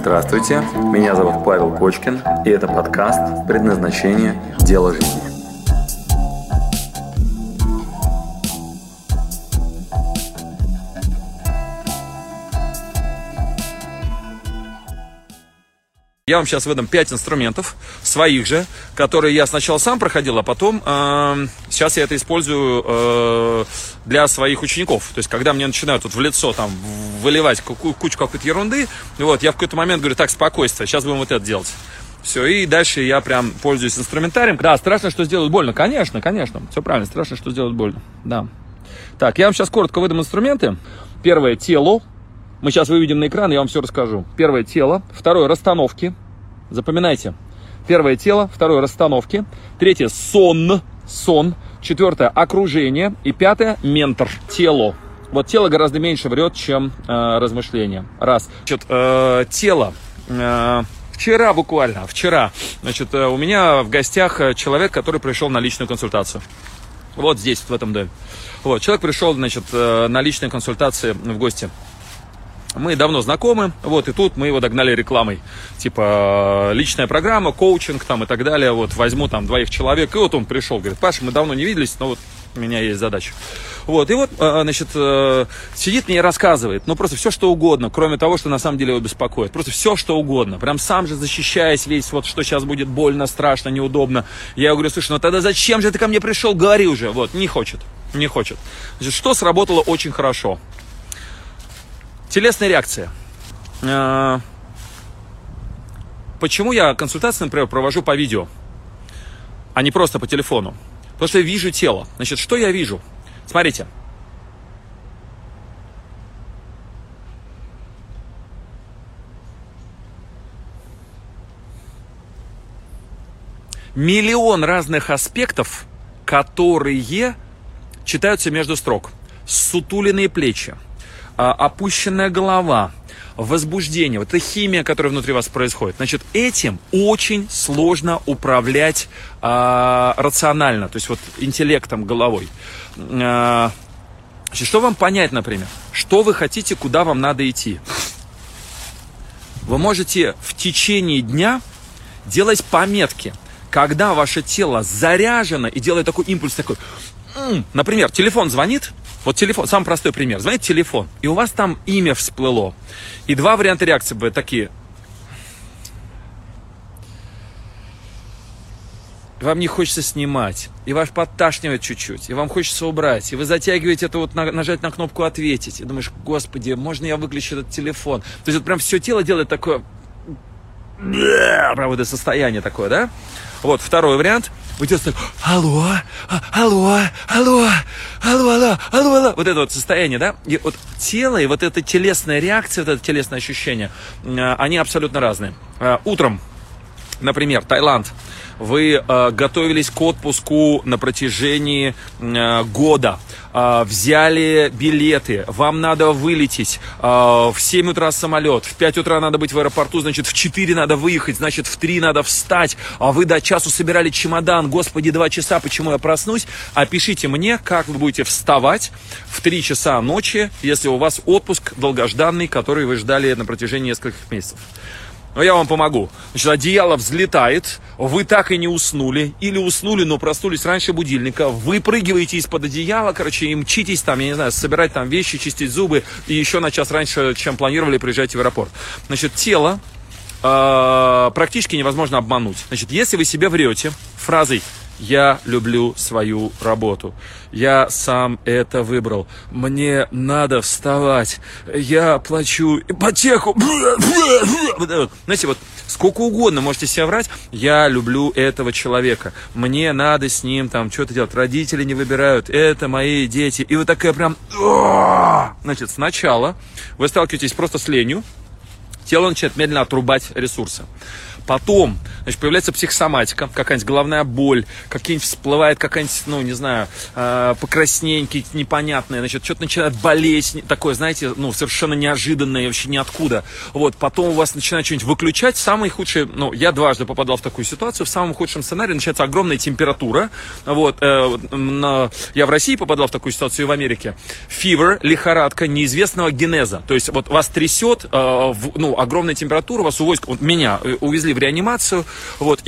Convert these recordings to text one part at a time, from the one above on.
Здравствуйте, меня зовут Павел Кочкин, и это подкаст «Предназначение. Дело жизни». Я вам сейчас выдам 5 инструментов, своих же, которые я сначала сам проходил, а потом сейчас я это использую для своих учеников. То есть, когда мне начинают в лицо там выливать кучу какой-то ерунды, вот, я в какой-то момент говорю: так, спокойствие, сейчас будем вот это делать. Все, и дальше я прям пользуюсь инструментарием. Да, страшно, что сделают больно. Конечно, все правильно, страшно, что сделают больно. Да. Так, я вам сейчас коротко выдам инструменты. Первое — тело. Мы сейчас выведем на экран, я вам все расскажу. Первое — тело. Второе — расстановки. Запоминайте. Первое — тело. Второе — расстановки. Третье — сон. Четвертое — окружение. И пятое — ментор. Тело. Вот тело гораздо меньше врет, чем размышление. Раз. Значит, тело. Вчера, значит, у меня в гостях человек, который пришел на личную консультацию. Вот здесь, в этом доме. Вот, человек пришел, значит, на личные консультации в гости. Мы давно знакомы, вот, и тут мы его догнали рекламой. Типа, личная программа, коучинг там и так далее. Вот, возьму там 2 человек. И вот он пришел, говорит: Паша, мы давно не виделись, но вот у меня есть задача. Вот, и вот, значит, сидит мне и рассказывает, ну, просто все, что угодно, кроме того, что на самом деле его беспокоит. Просто все, что угодно. Прям сам же защищаясь весь, вот, что сейчас будет больно, страшно, неудобно. Я говорю: слушай, ну тогда зачем же ты ко мне пришел? Говори уже. Вот, не хочет. Значит, что сработало очень хорошо? Телесная реакция. Почему я консультации, например, провожу по видео, а не просто по телефону? Потому что я вижу тело. Значит, что я вижу? Смотрите. Миллион разных аспектов, которые читаются между строк. Ссутуленные плечи, опущенная голова, возбуждение, вот эта химия, которая внутри вас происходит. Значит, этим очень сложно управлять рационально, то есть вот интеллектом, головой. Значит, что вам понять, например? Что вы хотите, куда вам надо идти? Вы можете в течение дня делать пометки, когда ваше тело заряжено и делает такой импульс, такой. Например, телефон звонит. Вот телефон, самый простой пример. Звонит телефон, и у вас там имя всплыло. И 2 варианта реакции были такие. Вам не хочется снимать, и вас подташнивает чуть-чуть, и вам хочется убрать, и вы затягиваете это вот нажать на кнопку «Ответить», и думаешь: господи, можно я выключу этот телефон? То есть вот прям все тело делает такое, прям вот это состояние такое, да? Вот, второй вариант. Вы делаете так: алло. Вот это вот состояние, да? И вот тело, и вот эта телесная реакция, вот это телесное ощущение, они абсолютно разные. Утром, например, Таиланд. Вы готовились к отпуску на протяжении года, взяли билеты, вам надо вылететь, в 7 утра самолет, в 5 утра надо быть в аэропорту, значит, в 4 надо выехать, значит, в 3 надо встать, а вы до часу собирали чемодан, господи, 2 часа, почему я проснусь? Опишите мне, как вы будете вставать в 3 часа ночи, если у вас отпуск долгожданный, который вы ждали на протяжении нескольких месяцев. Но я вам помогу. Значит, одеяло взлетает, вы так и не уснули, или уснули, но проснулись раньше будильника, выпрыгиваете из-под одеяла, и мчитесь там, я не знаю, собирать там вещи, чистить зубы, и еще на час раньше, чем планировали, приезжаете в аэропорт. Значит, тело практически невозможно обмануть. Значит, если вы себе врете фразой: я люблю свою работу, я сам это выбрал, мне надо вставать, я плачу ипотеку. Знаете, вот сколько угодно можете себе врать: я люблю этого человека, мне надо с ним там что-то делать, родители не выбирают, это мои дети. И вы такая прям... Значит, сначала вы сталкиваетесь просто с ленью, тело начинает медленно отрубать ресурсы. Потом, значит, появляется психосоматика, какая-нибудь головная боль, какие-нибудь всплывает какая-нибудь, ну, не знаю, покраснения какие-то непонятные, значит, что-то начинает болеть, такое, знаете, ну, совершенно неожиданное, вообще ниоткуда. Вот, потом у вас начинает что-нибудь выключать. Самый худший, ну, я дважды попадал в такую ситуацию, в самом худшем сценарии начинается огромная температура. Вот, я в России попадал в такую ситуацию и в Америке. Fever, лихорадка неизвестного генеза. То есть, вот вас трясет, ну, огромная температура, вас увозят, вот меня увезли в реанимацию, вот,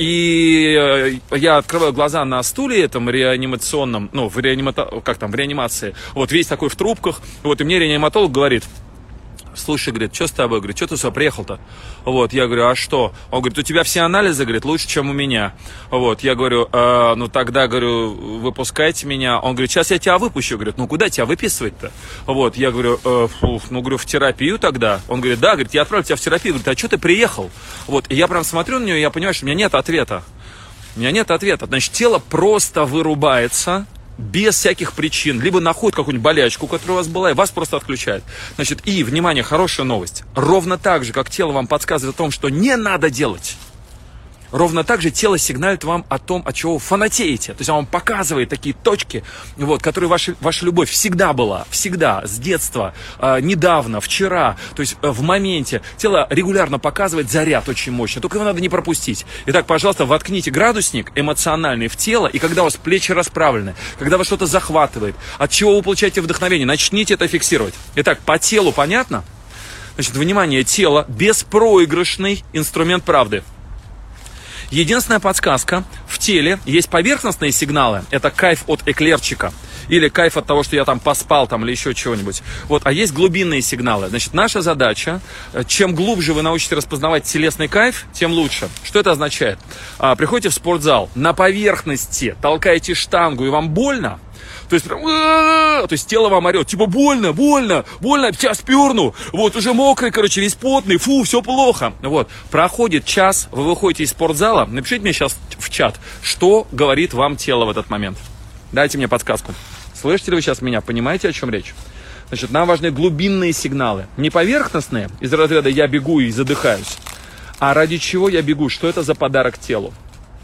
и я открываю глаза на стуле этом реанимационном, ну, в реанимации, вот, весь такой в трубках, вот, и мне реаниматолог говорит: слушай, говорит, что с тобой? Говорит, что ты сюда приехал-то? Вот, я говорю, а что? Он говорит, у тебя все анализы, говорит, лучше, чем у меня. Вот, я говорю, ну тогда, говорю, выпускайте меня. Он говорит, сейчас я тебя выпущу. Говорит, ну куда тебя выписывать-то? Вот, я говорю, ну, говорю, в терапию тогда. Он говорит, да, говорит, я отправлю тебя в терапию. Говорит, а что ты приехал? Вот, и я прям смотрю на него, и я понимаю, что у меня нет ответа. У меня нет ответа. Значит, тело просто вырубается без всяких причин, либо находит какую-нибудь болячку, которая у вас была, и вас просто отключает. Значит, и, внимание, хорошая новость. Ровно так же, как тело вам подсказывает о том, что не надо делать, ровно так же тело сигналит вам о том, от чего вы фанатеете. То есть оно вам показывает такие точки, вот, которые ваша любовь всегда была, всегда, с детства, недавно, вчера, то есть в моменте. Тело регулярно показывает заряд очень мощный, только его надо не пропустить. Итак, пожалуйста, воткните градусник эмоциональный в тело, и когда у вас плечи расправлены, когда вас что-то захватывает, от чего вы получаете вдохновение, начните это фиксировать. Итак, по телу понятно? Значит, внимание, тело – беспроигрышный инструмент правды. Единственная подсказка: в теле есть поверхностные сигналы, это кайф от эклерчика, или кайф от того, что я там поспал, там, или еще чего-нибудь. Вот, а есть глубинные сигналы. Значит, наша задача, чем глубже вы научитесь распознавать телесный кайф, тем лучше. Что это означает? Приходите в спортзал, на поверхности толкаете штангу, и вам больно. То есть, прям, то есть тело вам орет, типа больно, сейчас перну, вот уже мокрый, короче, весь потный, фу, все плохо. Вот, проходит час, вы выходите из спортзала, напишите мне сейчас в чат, что говорит вам тело в этот момент. Дайте мне подсказку. Слышите ли вы сейчас меня, понимаете, о чем речь? Значит, нам важны глубинные сигналы, не поверхностные, из разряда я бегу и задыхаюсь, а ради чего я бегу, что это за подарок телу?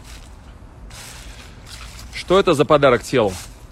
Что это за подарок телу?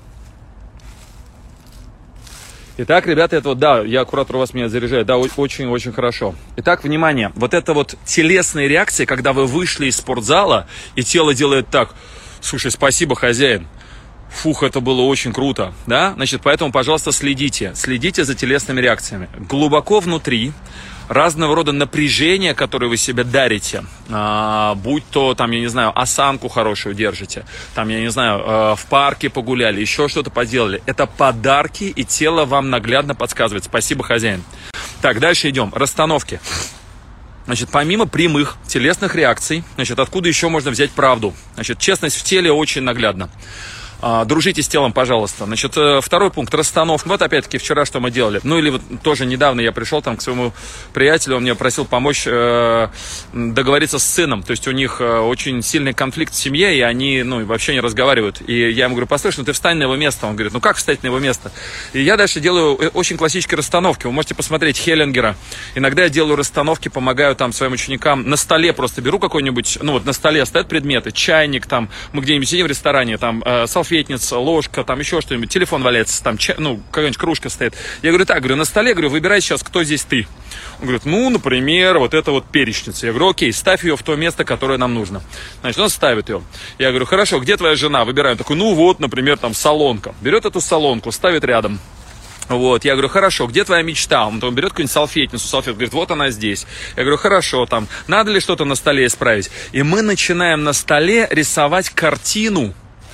Итак, ребята, это вот, да, я куратор вас меня заряжает, да, очень-очень хорошо. Итак, внимание, вот это вот телесные реакции, когда вы вышли из спортзала, и тело делает так: слушай, спасибо, хозяин, фух, это было очень круто, да, значит, поэтому, пожалуйста, следите за телесными реакциями. Глубоко внутри разного рода напряжения, которые вы себе дарите, будь то, там, я не знаю, осанку хорошую держите, там, я не знаю, в парке погуляли, еще что-то поделали. Это подарки, и тело вам наглядно подсказывает. Спасибо, хозяин. Так, дальше идем. Расстановки. Значит, помимо прямых телесных реакций, значит, откуда еще можно взять правду? Значит, честность в теле очень наглядно. Дружите с телом, пожалуйста. Значит, второй пункт — расстановка. Вот опять-таки вчера что мы делали. Ну или вот тоже недавно я пришел там к своему приятелю, он мне просил помочь договориться с сыном. То есть у них очень сильный конфликт в семье, и они, ну, вообще не разговаривают. И я ему говорю: послушай, ну ты встань на его место. Он говорит: ну как встать на его место? И я дальше делаю очень классические расстановки. Вы можете посмотреть Хеллингера. Иногда я делаю расстановки, помогаю там своим ученикам. На столе просто беру какой-нибудь, ну вот на столе стоят предметы, чайник, там, мы где-нибудь сидим в ресторане, там, салфетница, ложка, там еще что-нибудь, телефон валяется, там, ну, какая-нибудь кружка стоит. Я говорю: так, говорю, на столе, говорю, выбирай сейчас, кто здесь ты. Он говорит: ну, например, вот это вот перечница. Я говорю: окей, ставь ее в то место, которое нам нужно. Значит, он ставит ее. Я говорю: хорошо, где твоя жена? Выбираю. Он такой: ну, вот, например, там, солонка. Берет эту солонку, ставит рядом. Вот, я говорю: хорошо, где твоя мечта? Он берет какую-нибудь салфетницу, говорит: вот она здесь. Я говорю: хорошо, там, надо ли что-то на столе исправить? И мы начинаем на столе рисовать картину,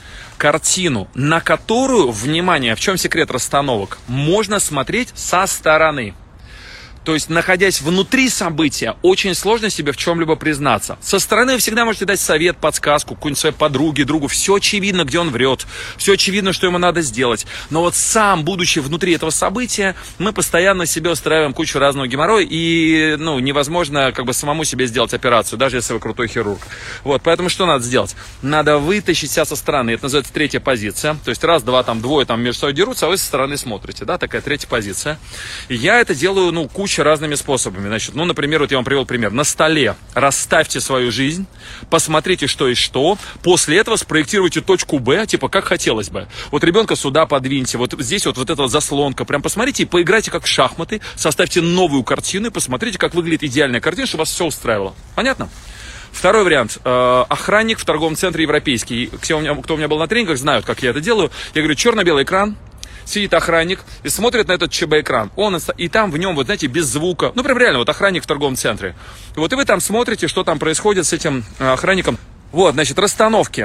на которую, внимание, в чем секрет расстановок, можно смотреть со стороны. То есть, находясь внутри события, очень сложно себе в чем-либо признаться. Со стороны вы всегда можете дать совет, подсказку, какой-нибудь своей подруге, другу. Все очевидно, где он врет. Все очевидно, что ему надо сделать. Но вот сам, будучи внутри этого события, мы постоянно себе устраиваем кучу разного геморроя. И, ну, невозможно как бы самому себе сделать операцию, даже если вы крутой хирург. Вот, поэтому что надо сделать? Надо вытащить себя со стороны. Это называется третья позиция. То есть раз, два, там, двое там между собой дерутся, а вы со стороны смотрите. Да, такая третья позиция. И я это делаю, ну, кучу проще разными способами. Значит, ну, например, вот я вам привел пример. На столе расставьте свою жизнь, посмотрите, что и что. После этого спроектируйте точку Б, типа, как хотелось бы. Вот ребенка сюда подвиньте, вот здесь вот эта вот заслонка. Прям посмотрите и поиграйте как в шахматы, составьте новую картину и посмотрите, как выглядит идеальная картина, чтобы вас все устраивало. Понятно? Второй вариант. Охранник в торговом центре европейский. Кто у меня был на тренингах, знают, как я это делаю. Я говорю, черно-белый экран. Сидит охранник и смотрит на этот ЧБ-экран. И там в нем, вот знаете, без звука. Ну, прям реально, вот охранник в торговом центре. И вот и вы там смотрите, что там происходит с этим охранником. Вот, значит, расстановки.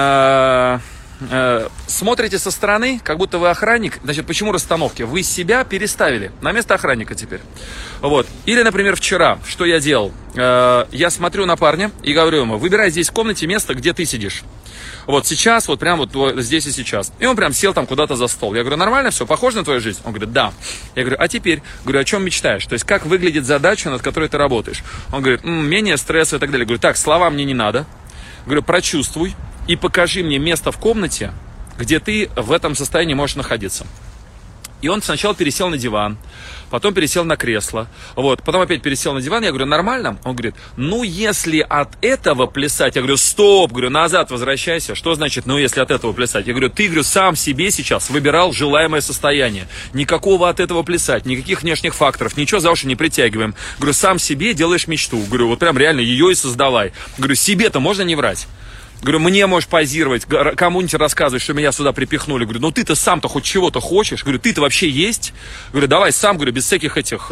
Смотрите со стороны, как будто вы охранник. Значит, почему расстановки? Вы себя переставили на место охранника теперь. Вот. Или, например, вчера, что я делал? Я смотрю на парня и говорю ему, выбирай здесь в комнате место, где ты сидишь. Вот сейчас, вот прям вот здесь и сейчас. И он прям сел там куда-то за стол. Я говорю, нормально все, похоже на твою жизнь? Он говорит, да. Я говорю, а теперь? Говорю, о чем мечтаешь? То есть, как выглядит задача, над которой ты работаешь? Он говорит, менее стресса и так далее. Я говорю, так, слова мне не надо. Говорю, прочувствуй и покажи мне место в комнате, где ты в этом состоянии можешь находиться. И он сначала пересел на диван, потом пересел на кресло, вот, потом опять пересел на диван. Я говорю, нормально? Он говорит, ну, если от этого плясать. Я говорю, стоп, говорю, назад возвращайся. Что значит, ну, если от этого плясать? Я говорю, ты, говорю, сам себе сейчас выбирал желаемое состояние. Никакого от этого плясать, никаких внешних факторов, ничего за уши не притягиваем. Говорю, сам себе делаешь мечту. Говорю, вот прям реально ее и создавай. Говорю, себе-то можно не врать? Говорю, мне можешь позировать, кому-нибудь рассказывать, что меня сюда припихнули. Говорю, ну ты-то сам-то хоть чего-то хочешь? Говорю, ты-то вообще есть? Говорю, давай сам, говорю, без всяких этих,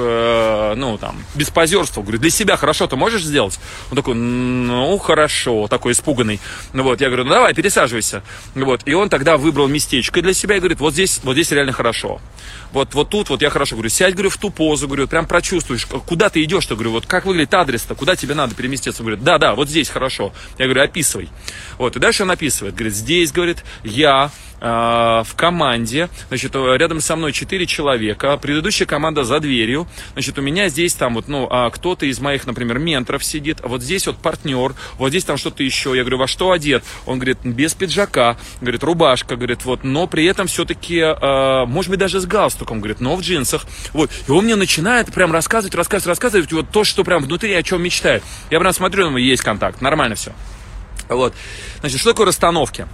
без позерства. Говорю, для себя хорошо ты можешь сделать? Он такой, ну, хорошо, такой испуганный. Вот, я говорю, ну давай, пересаживайся. Вот, и он тогда выбрал местечко для себя и говорит, вот здесь реально хорошо. Вот тут вот я хорошо, говорю, сядь, говорю, в ту позу, говорю, прям прочувствуешь, куда ты идешь-то, говорю, вот как выглядит адрес-то, куда тебе надо переместиться, говорит, да, вот здесь хорошо. Я говорю, описывай. Вот, и дальше он описывает, говорит, здесь, говорит, я в команде, значит, рядом со мной 4 человека, предыдущая команда за дверью, значит, у меня здесь там вот, кто-то из моих, например, менторов сидит, вот здесь вот партнер, вот здесь там что-то еще, я говорю, во что одет? Он говорит, без пиджака, говорит, рубашка, говорит, вот, но при этом все-таки, может быть, даже с галстуком, говорит, но в джинсах, вот, и он мне начинает прям рассказывать, вот то, что прям внутри, о чем мечтает. Я прям смотрю, ну, есть контакт, нормально все. Вот, значит, что такое расстановки?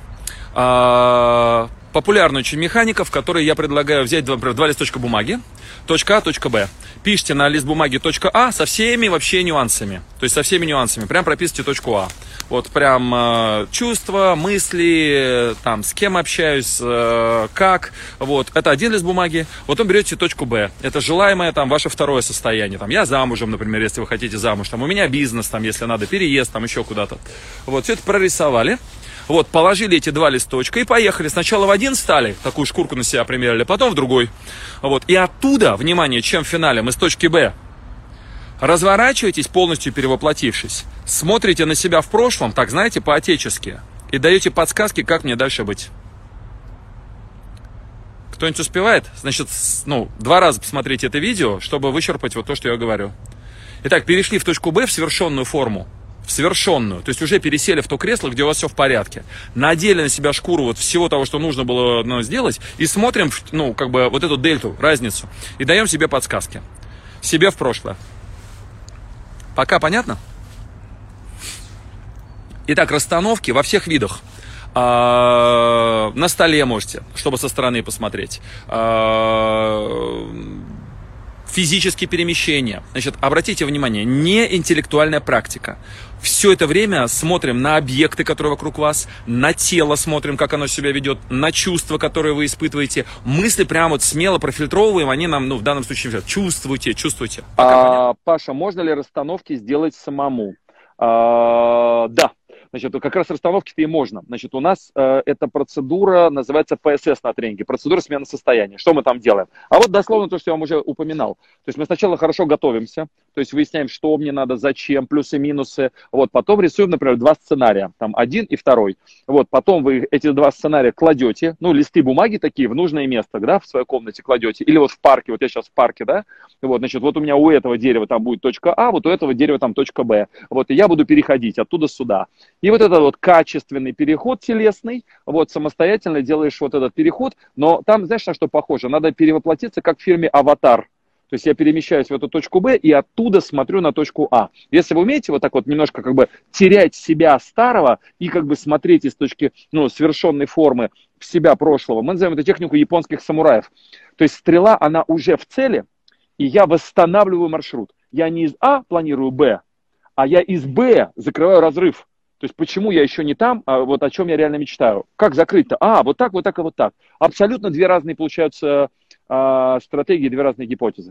Популярная очень механика, в которой я предлагаю взять два листочка бумаги, точка А, точка Б. Пишите на лист бумаги точка А со всеми вообще нюансами. То есть со всеми нюансами. Прям прописывайте точку А. Вот прям чувства, мысли, там, с кем общаюсь, как. Вот, это один лист бумаги. Потом берете точку Б. Это желаемое, там, ваше второе состояние. Там, я замужем, например, если вы хотите замуж. Там, у меня бизнес, там, если надо, переезд, там, еще куда-то. Вот, все это прорисовали. Вот, положили эти два листочка и поехали. Сначала в один стали, такую шкурку на себя примерили, потом в другой. Вот, и оттуда, внимание, чем в финале, мы с точки Б разворачиваетесь, полностью перевоплотившись, смотрите на себя в прошлом, так, знаете, по-отечески, и даете подсказки, как мне дальше быть. Кто-нибудь успевает? Значит, 2 раза посмотрите это видео, чтобы вычерпать вот то, что я говорю. Итак, перешли в точку Б в совершенную форму. В совершенную, то есть уже пересели в то кресло, где у вас все в порядке, надели на себя шкуру вот всего того, что нужно было сделать, и смотрим, вот эту дельту, разницу, и даем себе подсказки, себе в прошлое. Пока понятно? Итак, расстановки во всех видах. На столе можете, чтобы со стороны посмотреть. Физические перемещения. Значит, обратите внимание, не интеллектуальная практика. Все это время смотрим на объекты, которые вокруг вас, на тело смотрим, как оно себя ведет, на чувства, которые вы испытываете. Мысли прямо вот смело профильтровываем, они нам, в данном случае, чувствуйте. Паша, можно ли расстановки сделать самому? Да. Значит, как раз расстановки-то и можно. Значит, у нас эта процедура называется ПСС на тренинге, процедура смены состояния. Что мы там делаем? А вот дословно то, что я вам уже упоминал. То есть мы сначала хорошо готовимся, то есть выясняем, что мне надо, зачем, плюсы, минусы. Вот, потом рисуем, например, 2 сценария, там 1 и 2. Вот, потом вы эти 2 сценария кладете, листы бумаги такие в нужное место, да, в своей комнате кладете. Или вот в парке, вот я сейчас в парке, да, вот, значит, вот у меня у этого дерева там будет точка А, вот у этого дерева там точка Б. Вот, и я буду переходить оттуда сюда. И вот этот вот качественный переход телесный, вот самостоятельно делаешь вот этот переход, но там, знаешь, на что похоже? Надо перевоплотиться, как в фильме «Аватар». То есть я перемещаюсь в эту точку Б и оттуда смотрю на точку А. Если вы умеете вот так вот немножко как бы терять себя старого и как бы смотреть из точки, ну, совершенной формы в себя прошлого, мы называем это технику японских самураев. То есть стрела, она уже в цели, и я восстанавливаю маршрут. Я не из А планирую Б, а я из Б закрываю разрыв. То есть почему я еще не там, а вот о чем я реально мечтаю. Как закрыть-то? Вот так, вот так и вот так. Абсолютно две разные получаются стратегии, две разные гипотезы.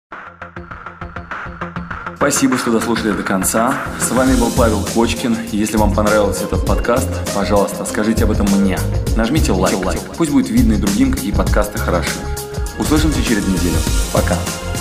Спасибо, что дослушали до конца. С вами был Павел Кочкин. Если вам понравился этот подкаст, пожалуйста, скажите об этом мне. Нажмите лайк. Пусть будет видно и другим, какие подкасты хороши. Услышимся через неделю. Пока.